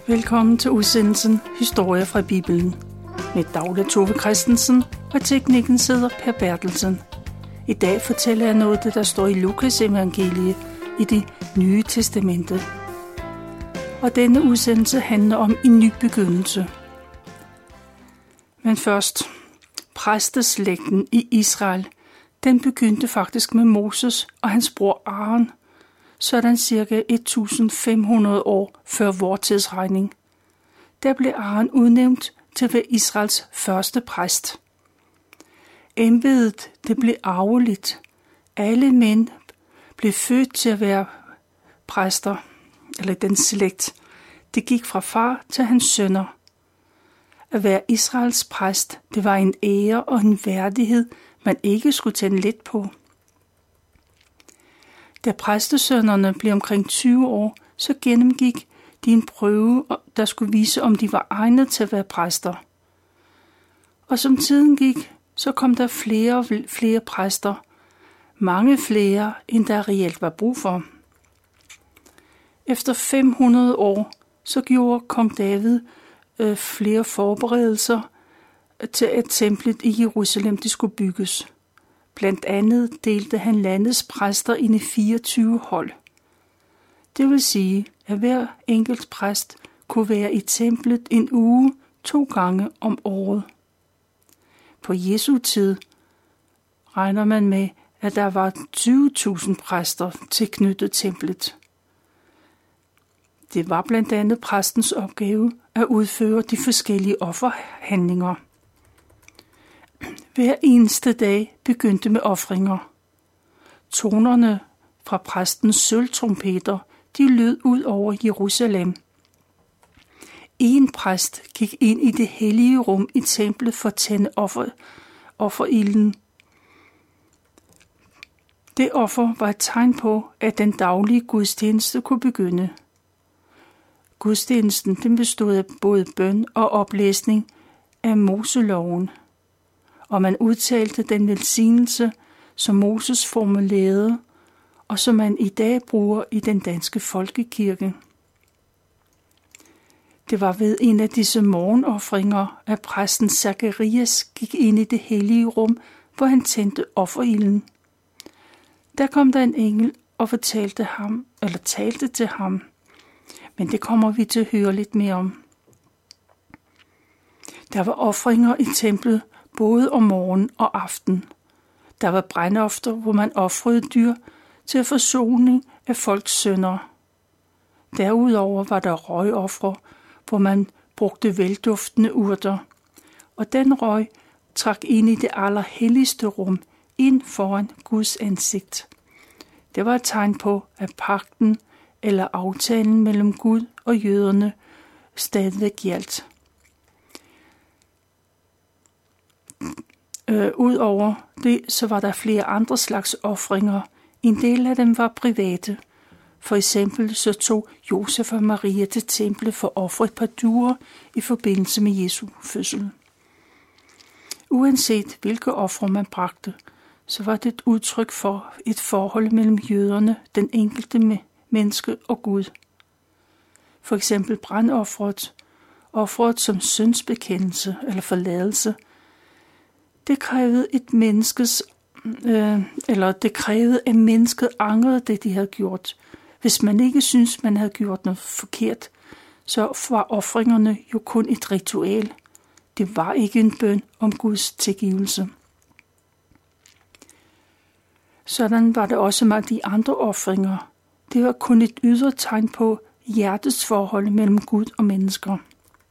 Velkommen til udsendelsen Historier fra Bibelen. Med Dagle Tove Christensen og teknikken sidder Per Bertelsen. I dag fortæller jeg noget, der står i Lukas evangeliet i det nye testamente. Og denne udsendelse handler om en ny begyndelse. Men først, præsteslægten i Israel, den begyndte faktisk med Moses og hans bror Aaron, sådan cirka 1500 år før vor tidsregning. Der blev Aaron udnævnt til at være Israels første præst. Embedet, det blev arveligt. Alle mænd blev født til at være præster, eller den slægt. Det gik fra far til hans sønner. At være Israels præst, det var en ære og en værdighed, man ikke skulle tænde let på. Da præstesønnerne blev omkring 20 år, så gennemgik de en prøve, der skulle vise, om de var egnet til at være præster. Og som tiden gik, så kom der flere og flere præster. Mange flere, end der reelt var brug for. Efter 500 år, så gjorde kong David flere forberedelser til, at templet i Jerusalem det skulle bygges. Blandt andet delte han landets præster ind i 24 hold. Det vil sige, at hver enkelt præst kunne være i templet en uge 2 gange om året. På Jesu tid regner man med, at der var 20.000 præster tilknyttet templet. Det var blandt andet præstens opgave at udføre de forskellige offerhandlinger. Hver eneste dag begyndte med ofringer. Tonerne fra præstens sølvtrompeter, de lød ud over Jerusalem. En præst gik ind i det hellige rum i templet for at tænde offerilden. Det offer var et tegn på, at den daglige gudstjeneste kunne begynde. Gudstjenesten den bestod af både bøn og oplæsning af Moseloven, og man udtalte den velsignelse, som Moses formulerede, og som man i dag bruger i den danske folkekirke. Det var ved en af disse morgenofringer, at præsten Zakarias gik ind i det hellige rum, hvor han tændte offerilden. Der kom der en engel og talte til ham, men det kommer vi til at høre lidt mere om. Der var ofringer i templet både om morgen og aften. Der var brændoffer, hvor man ofrede dyr til forsoning af folks synder. Derudover var der røgofre, hvor man brugte velduftende urter, og den røg trak ind i det allerhelligste rum, ind foran Guds ansigt. Det var et tegn på, at pagten eller aftalen mellem Gud og jøderne stadigvæk gjaldt. Udover det, så var der flere andre slags ofringer. En del af dem var private. For eksempel så tog Josef og Maria til templet for at ofre et par duer i forbindelse med Jesu fødsel. Uanset hvilke ofre man bragte, så var det et udtryk for et forhold mellem jøderne, den enkelte menneske og Gud. For eksempel brandofferet, offeret som syndsbekendelse eller forladelse. Det krævede at mennesket angrede det, de havde gjort. Hvis man ikke syntes, man havde gjort noget forkert, så var ofringerne jo kun et ritual. Det var ikke en bøn om Guds tilgivelse. Sådan var det også med de andre ofringer. Det var kun et ydre tegn på hjertets forhold mellem Gud og mennesker.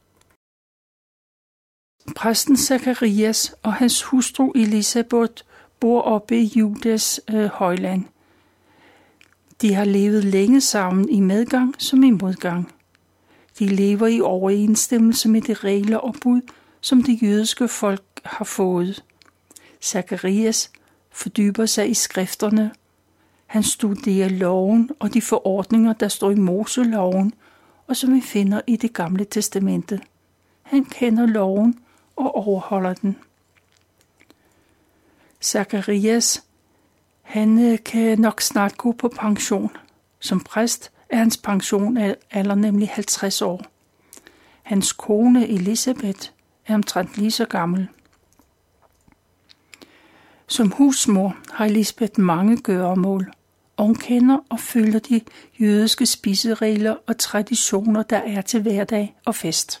Præsten Zakarias og hans hustru Elisabeth bor oppe i Judas højland. De har levet længe sammen i medgang som i modgang. De lever i overensstemmelse med de regler og bud, som det jødiske folk har fået. Zakarias fordyber sig i skrifterne. Han studerer loven og de forordninger, der står i Moseloven, og som vi finder i det gamle testamente. Han kender loven og overholder den. Zakarias, han kan nok snart gå på pension. Som præst er hans pension alder nemlig 50 år. Hans kone Elisabeth er omtrent lige så gammel. Som husmor har Elisabeth mange gøremål, og hun kender og følger de jødiske spiseregler og traditioner, der er til hverdag og fest.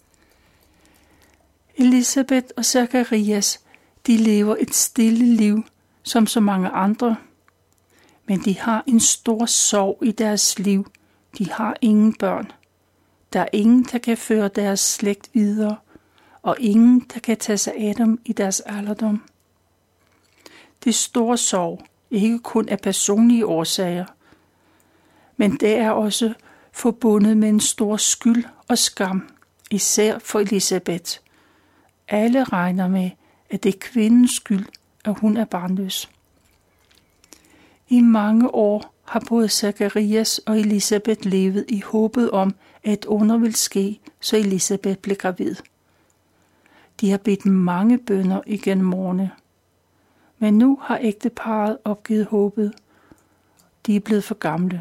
Elisabeth og Zakarias, de lever et stille liv, som så mange andre, men de har en stor sorg i deres liv. De har ingen børn. Der er ingen, der kan føre deres slægt videre, og ingen, der kan tage sig af dem i deres alderdom. Det store sorg, ikke kun af personlige årsager, men det er også forbundet med en stor skyld og skam, især for Elisabeth. Alle regner med, at det er kvindens skyld, at hun er barnløs. I mange år har både Zakarias og Elisabeth levet i håbet om, at et under vil ske, så Elisabeth blev gravid. De har bedt mange bønner igennem årene. Men nu har ægteparret opgivet håbet. De er blevet for gamle.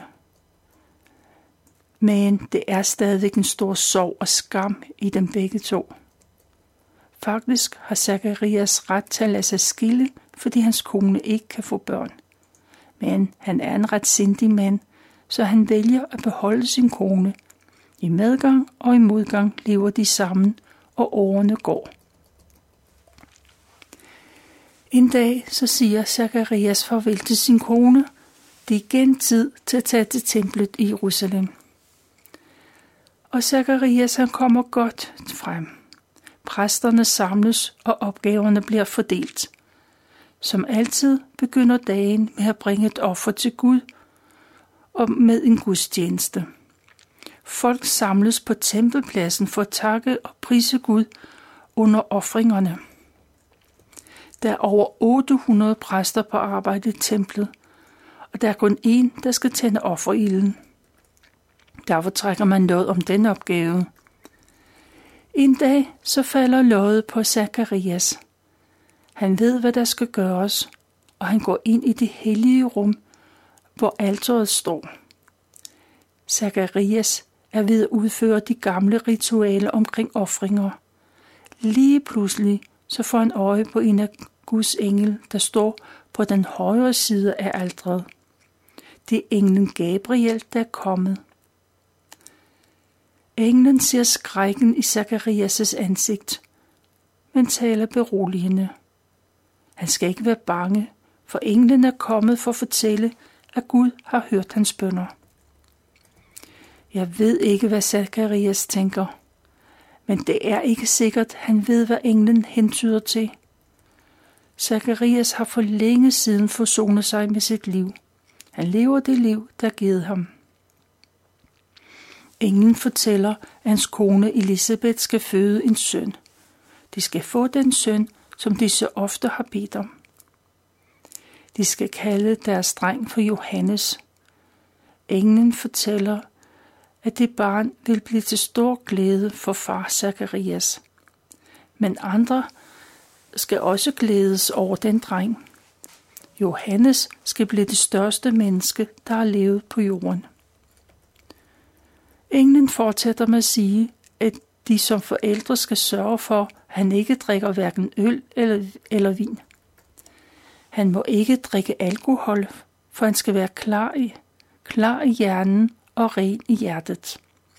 Men det er stadigvæk en stor sorg og skam i dem begge to. Faktisk har Zakarias ret til at lade sig skille, fordi hans kone ikke kan få børn. Men han er en retsindig mand, så han vælger at beholde sin kone. I medgang og i modgang lever de sammen, og årene går. En dag så siger Zakarias farvel til sin kone. Det er igen tid til at tage til templet i Jerusalem. Og Zakarias han kommer godt frem. Præsterne samles, og opgaverne bliver fordelt. Som altid begynder dagen med at bringe et offer til Gud og med en gudstjeneste. Folk samles på tempelpladsen for at takke og prise Gud under ofringerne. Der er over 800 præster på arbejde i templet, og der er kun én, der skal tænde offerilden. Derfor trækker man lod om den opgave. En dag så falder loddet på Zakarias. Han ved, hvad der skal gøres, og han går ind i det hellige rum, hvor alteret står. Zakarias er ved at udføre de gamle ritualer omkring ofringer. Lige pludselig så får han øje på en af Guds engel, der står på den højre side af alteret. Det er englen Gabriel, der er kommet. Englen ser skrækken i Zakarias' ansigt, men taler beroligende. Han skal ikke være bange, for englen er kommet for at fortælle, at Gud har hørt hans bønner. Jeg ved ikke, hvad Zakarias tænker, men det er ikke sikkert, han ved, hvad englen hentyder til. Zakarias har for længe siden forsonet sig med sit liv. Han lever det liv, der er givet ham. Englen fortæller, at hans kone Elisabeth skal føde en søn. De skal få den søn, som de så ofte har bedt om. De skal kalde deres dreng for Johannes. Englen fortæller, at det barn vil blive til stor glæde for far Zakarias. Men andre skal også glædes over den dreng. Johannes skal blive det største menneske, der har levet på jorden. Englen fortsætter med at sige, at de som forældre skal sørge for, at han ikke drikker hverken øl eller vin. Han må ikke drikke alkohol, for han skal være klar i hjernen og ren i hjertet.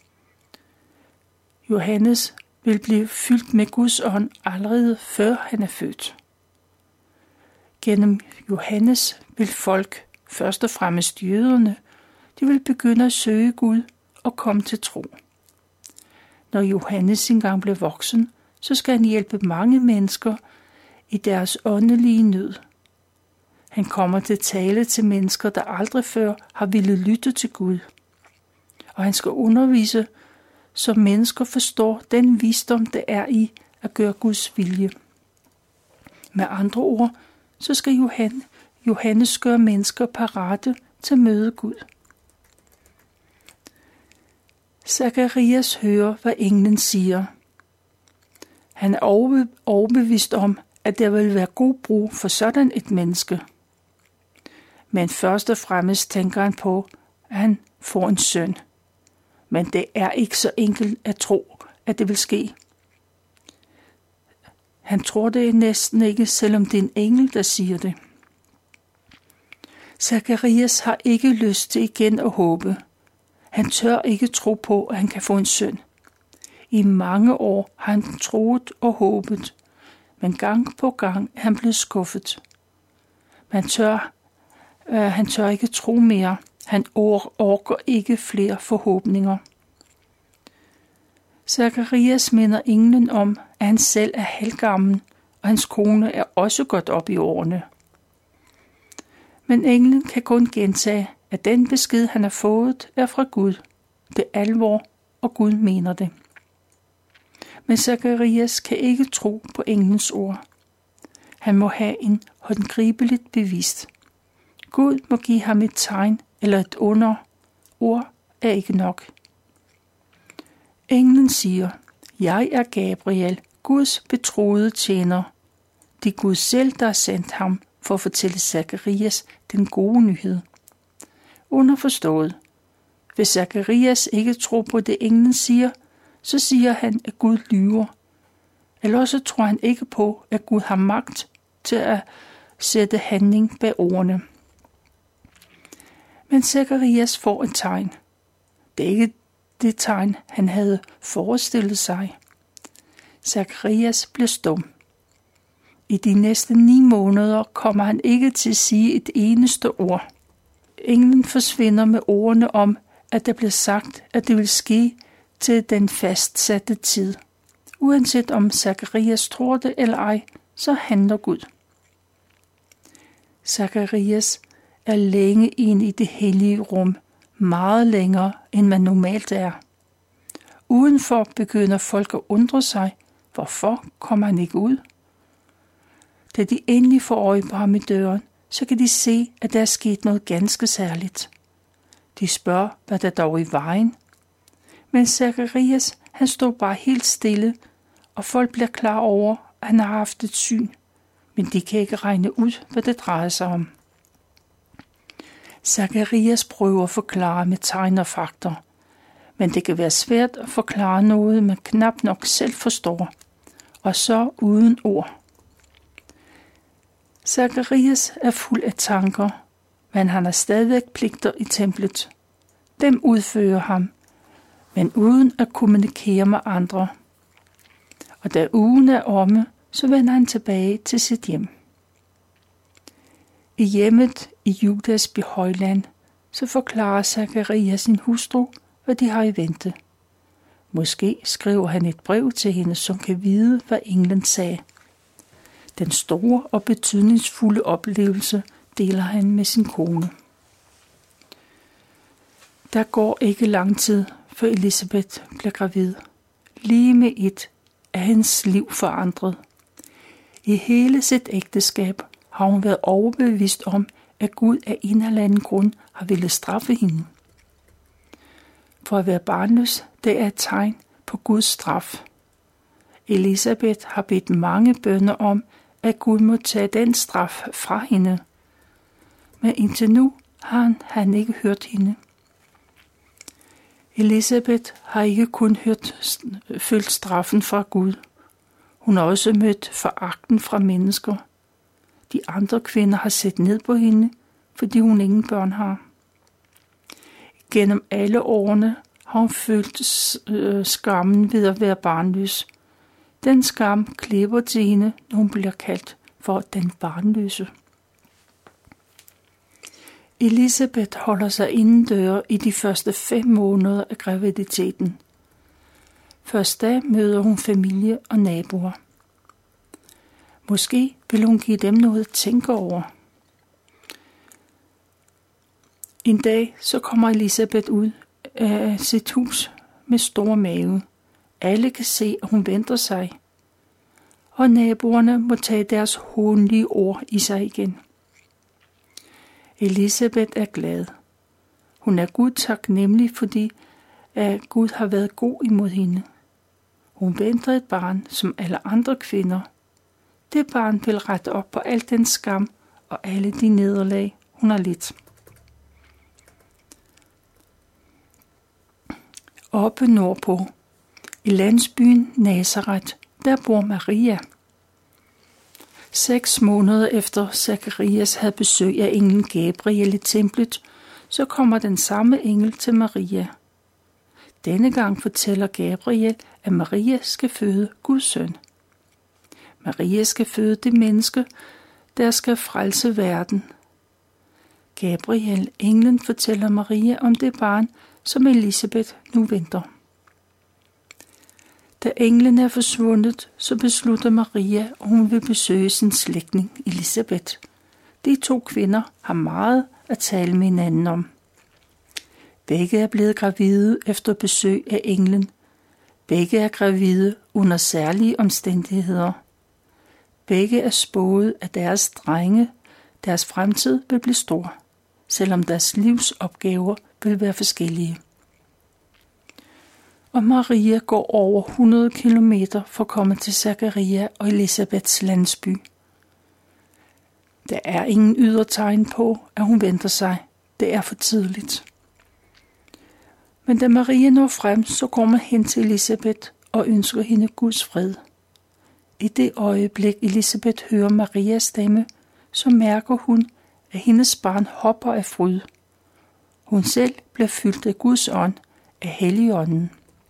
Johannes vil blive fyldt med Guds ånd allerede før han er født. Gennem Johannes vil folk, først og fremmest jøderne, de vil begynde at søge Gud og komme til tro. Når Johannes engang bliver voksen, så skal han hjælpe mange mennesker i deres åndelige nød. Han kommer til at tale til mennesker, der aldrig før har ville lytte til Gud. Og han skal undervise, så mennesker forstår den visdom, der er i at gøre Guds vilje. Med andre ord, så skal Johannes gøre mennesker parate til at møde Gud. Zakarias hører, hvad englen siger. Han er overbevist om, at der vil være god brug for sådan et menneske. Men først og fremmest tænker han på, at han får en søn. Men det er ikke så enkelt at tro, at det vil ske. Han tror det næsten ikke, selvom det er en engel, der siger det. Zakarias har ikke lyst til igen at håbe. Han tør ikke tro på, at han kan få en søn. I mange år har han troet og håbet, men gang på gang er han blevet skuffet. Han tør ikke tro mere. Han orker ikke flere forhåbninger. Zakarias minder englen om, at han selv er halvgammel, og hans kone er også gået op i årene. Men englen kan kun gentage, at den besked, han har fået, er fra Gud. Det er alvor, og Gud mener det. Men Zakarias kan ikke tro på englens ord. Han må have en håndgribeligt bevis. Gud må give ham et tegn eller et under. Ord er ikke nok. Englen siger, jeg er Gabriel, Guds betroede tjener. Det er Gud selv, der har sendt ham for at fortælle Zakarias den gode nyhed. Underforstået. Hvis Zakarias ikke tror på det englen siger, så siger han, at Gud lyver. Eller også tror han ikke på, at Gud har magt til at sætte handling bag ordene. Men Zakarias får et tegn. Det er ikke det tegn, han havde forestillet sig. Zakarias bliver stum. I de næste 9 måneder kommer han ikke til at sige et eneste ord. Englen forsvinder med ordene om, at der blev sagt, at det vil ske til den fastsatte tid. Uanset om Zakarias tror det eller ej, så handler Gud. Zakarias er længe inde i det hellige rum, meget længere end man normalt er. Udenfor begynder folk at undre sig, hvorfor kommer han ikke ud? Da de endelig får øje på ham i døren, så kan de se, at der er sket noget ganske særligt. De spørger, hvad der dog i vejen. Men Zakarias, han står bare helt stille, og folk bliver klar over, at han har haft et syn, men de kan ikke regne ud, hvad det drejer sig om. Zakarias prøver at forklare med tegn og fakter, men det kan være svært at forklare noget, man knap nok selv forstår, og så uden ord. Zakarias er fuld af tanker, men han har stadigvæk pligter i templet. Dem udfører ham, men uden at kommunikere med andre. Og da ugen er omme, så vender han tilbage til sit hjem. I hjemmet i Judas højland, så forklarer Zakarias sin hustru, hvad de har i vente. Måske skriver han et brev til hende, som kan vide, hvad englen sagde. Den store og betydningsfulde oplevelse deler han med sin kone. Der går ikke lang tid, før Elisabeth bliver gravid. Lige med et er hendes liv forandret. I hele sit ægteskab har hun været overbevist om, at Gud af en eller anden grund har ville straffe hende. For at være barnløs, det er et tegn på Guds straf. Elisabeth har bedt mange bønner om, at Gud må tage den straf fra hende. Men indtil nu har han ikke hørt hende. Elisabeth har ikke kun følt straffen fra Gud. Hun har også mødt foragten fra mennesker. De andre kvinder har set ned på hende, fordi hun ingen børn har. Gennem alle årene har hun følt skammen ved at være barnløs. Den skam klæber til hende, når hun bliver kaldt for den barnløse. Elisabeth holder sig indendør i de første 5 måneder af graviditeten. Først da møder hun familie og naboer. Måske vil hun give dem noget at tænke over. En dag så kommer Elisabeth ud af sit hus med stor mave. Alle kan se, at hun venter sig. Og naboerne må tage deres hånlige ord i sig igen. Elisabeth er glad. Hun er Gud taknemmelig, fordi at Gud har været god imod hende. Hun venter et barn, som alle andre kvinder. Det barn vil rette op på al den skam og alle de nederlag, hun har lidt. Oppe nordpå, I landsbyen Nazaret, der bor Maria. 6 måneder efter Zakarias havde besøg af englen Gabriel i templet, så kommer den samme engel til Maria. Denne gang fortæller Gabriel, at Maria skal føde Guds søn. Maria skal føde det menneske, der skal frelse verden. Gabriel, englen, fortæller Maria om det barn, som Elisabeth nu venter. Da englen er forsvundet, så beslutter Maria, at hun vil besøge sin slægtning Elisabeth. De 2 kvinder har meget at tale med hinanden om. Begge er blevet gravide efter besøg af englen. Begge er gravide under særlige omstændigheder. Begge er spået af deres drenge. Deres fremtid vil blive stor, selvom deres livsopgaver vil være forskellige. Og Maria går over 100 kilometer for at komme til Zakaria og Elisabeths landsby. Der er ingen ydre tegn på, at hun venter sig. Det er for tidligt. Men da Maria når frem, så går man hen til Elisabeth og ønsker hende Guds fred. I det øjeblik Elisabeth hører Marias stemme, så mærker hun, at hendes barn hopper af fryd. Hun selv bliver fyldt af Guds ånd, af Helligånden.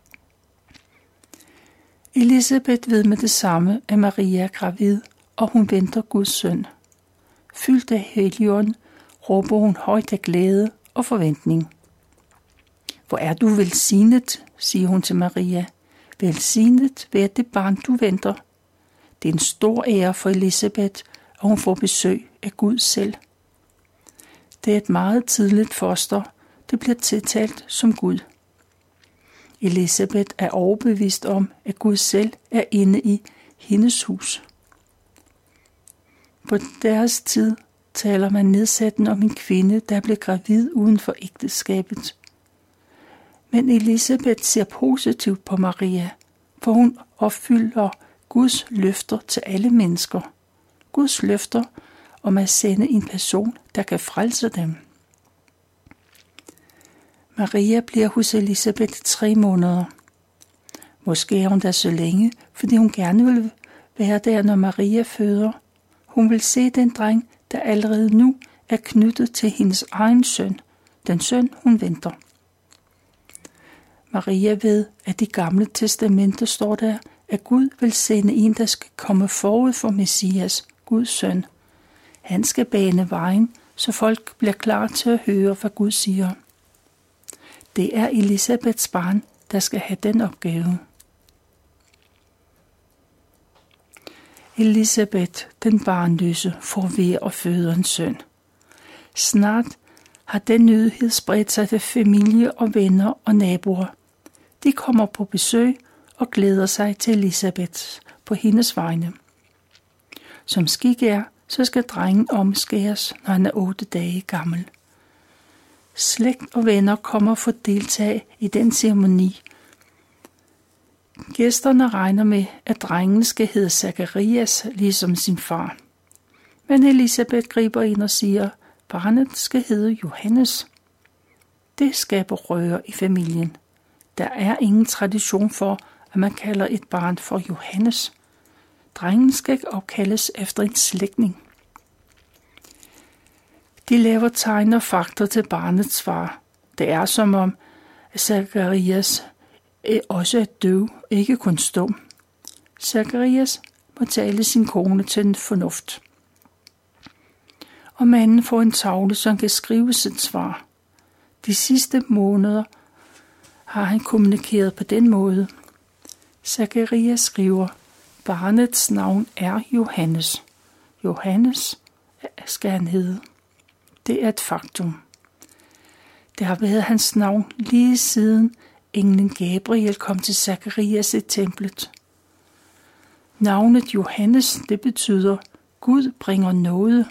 Elisabeth ved med det samme, at Maria er gravid, og hun venter Guds søn. Fyldt af Helligånden råber hun højt af glæde og forventning. Hvor er du velsignet, siger hun til Maria. Velsignet ved det barn, du venter. Det er en stor ære for Elisabeth, og hun får besøg af Gud selv. Det er et meget tidligt foster, det bliver tiltalt som Gud. Elisabeth er overbevist om, at Gud selv er inde i hendes hus. På deres tid taler man nedsættende om en kvinde, der blev gravid uden for ægteskabet. Men Elisabeth ser positivt på Maria, for hun opfylder Guds løfter til alle mennesker. Guds løfter om at sende en person, der kan frelse dem. Maria bliver hos Elisabeth 3 måneder. Måske er hun der så længe, fordi hun gerne vil være der, når Maria føder. Hun vil se den dreng, der allerede nu er knyttet til hendes egen søn, den søn, hun venter. Maria ved, at i Gamle Testamente står der, at Gud vil sende en, der skal komme forud for Messias, Guds søn. Han skal bane vejen, så folk bliver klar til at høre, hvad Gud siger. Det er Elisabeths barn, der skal have den opgave. Elisabeth, den barnløse, får ved at føde en søn. Snart har den nyhed spredt sig til familie og venner og naboer. De kommer på besøg og glæder sig til Elisabeth på hendes vegne. Som skik er, så skal drengen omskæres, når han er 8 dage gammel. Slægt og venner kommer for at deltage i den ceremoni. Gæsterne regner med, at drengen skal hedde Zakarias, ligesom sin far. Men Elisabeth griber ind og siger, at barnet skal hedde Johannes. Det skaber røre i familien. Der er ingen tradition for, at man kalder et barn for Johannes. Drengen skal ikke opkaldes efter en slægtning. De laver tegn og fakter til barnets far. Det er som om Zakarias også er døv, ikke kun stum. Zakarias må tale sin kone til en fornuft. Og manden får en tavle, som kan skrive sit svar. De sidste måneder har han kommunikeret på den måde. Zakarias skriver, barnets navn er Johannes. Johannes skal han hedde. Det er et faktum. Det har været hans navn lige siden englen Gabriel kom til Zakarias i templet. Navnet Johannes, det betyder, Gud bringer noget.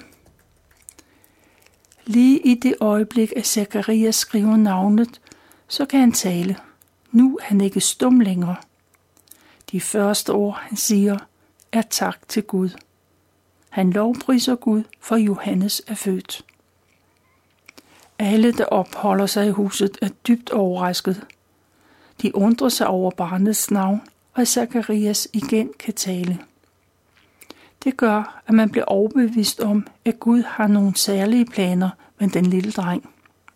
Lige i det øjeblik, at Zakarias skriver navnet, så kan han tale. Nu er han ikke stum længere. De første ord, han siger, er tak til Gud. Han lovpriser Gud, for Johannes er født. Alle, der opholder sig i huset, er dybt overrasket. De undrer sig over barnets navn, og Zakarias igen kan tale. Det gør, at man bliver overbevist om, at Gud har nogle særlige planer med den lille dreng.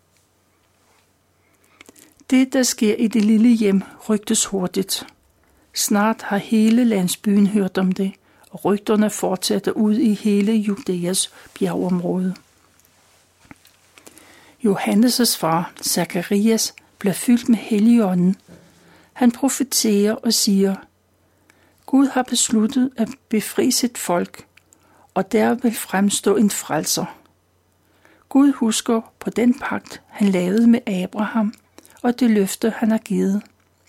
Det, der sker i det lille hjem, rygtes hurtigt. Snart har hele landsbyen hørt om det, og rygterne fortsætter ud i hele Judæas bjergområde. Johannes' far, Zakarias, bliver fyldt med Helligånden. Han profeterer og siger, Gud har besluttet at befri sit folk, og der vil fremstå en frelser. Gud husker på den pagt, han lavede med Abraham, og det løfte, han har givet.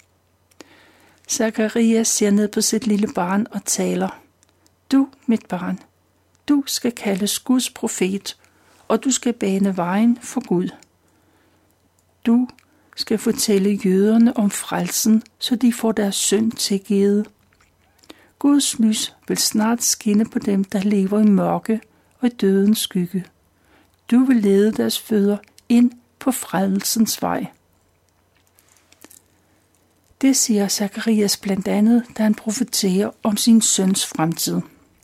Zakarias ser ned på sit lille barn og taler, Du, mit barn, du skal kaldes Guds profet, og du skal bane vejen for Gud. Du skal fortælle jøderne om frelsen, så de får deres synd tilgivet. Guds lys vil snart skinne på dem, der lever i mørke og i dødens skygge. Du vil lede deres fødder ind på frelsens vej. Det siger Zakarias blandt andet, da han profeterer om sin søns fremtid.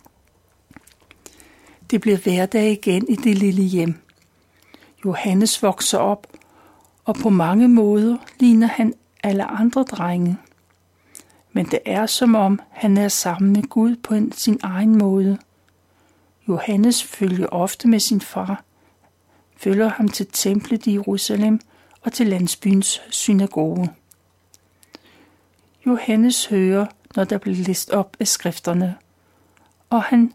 Det bliver hverdag igen i det lille hjem. Johannes vokser op, og på mange måder ligner han alle andre drenge. Men det er som om, han er sammen med Gud på sin egen måde. Johannes følger ofte med sin far, følger ham til templet i Jerusalem og til landsbyens synagoge. Johannes hører, når der bliver læst op af skrifterne, og han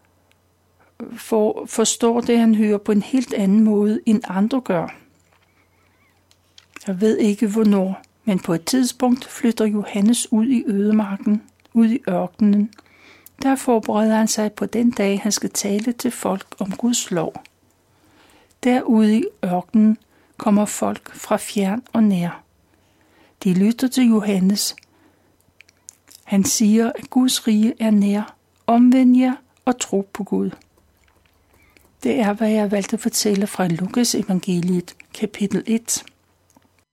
forstår det, han hører på en helt anden måde, end andre gør. Jeg ved ikke hvornår, men på et tidspunkt flytter Johannes ud i ødemarken, ud i ørkenen. Der forbereder han sig på den dag, han skal tale til folk om Guds lov. Derude i ørkenen kommer folk fra fjern og nær. De lytter til Johannes. Han siger, at Guds rige er nær. Omvend jer og tro på Gud. Det er, hvad jeg valgte at fortælle fra Lukas evangeliet, kapitel 1.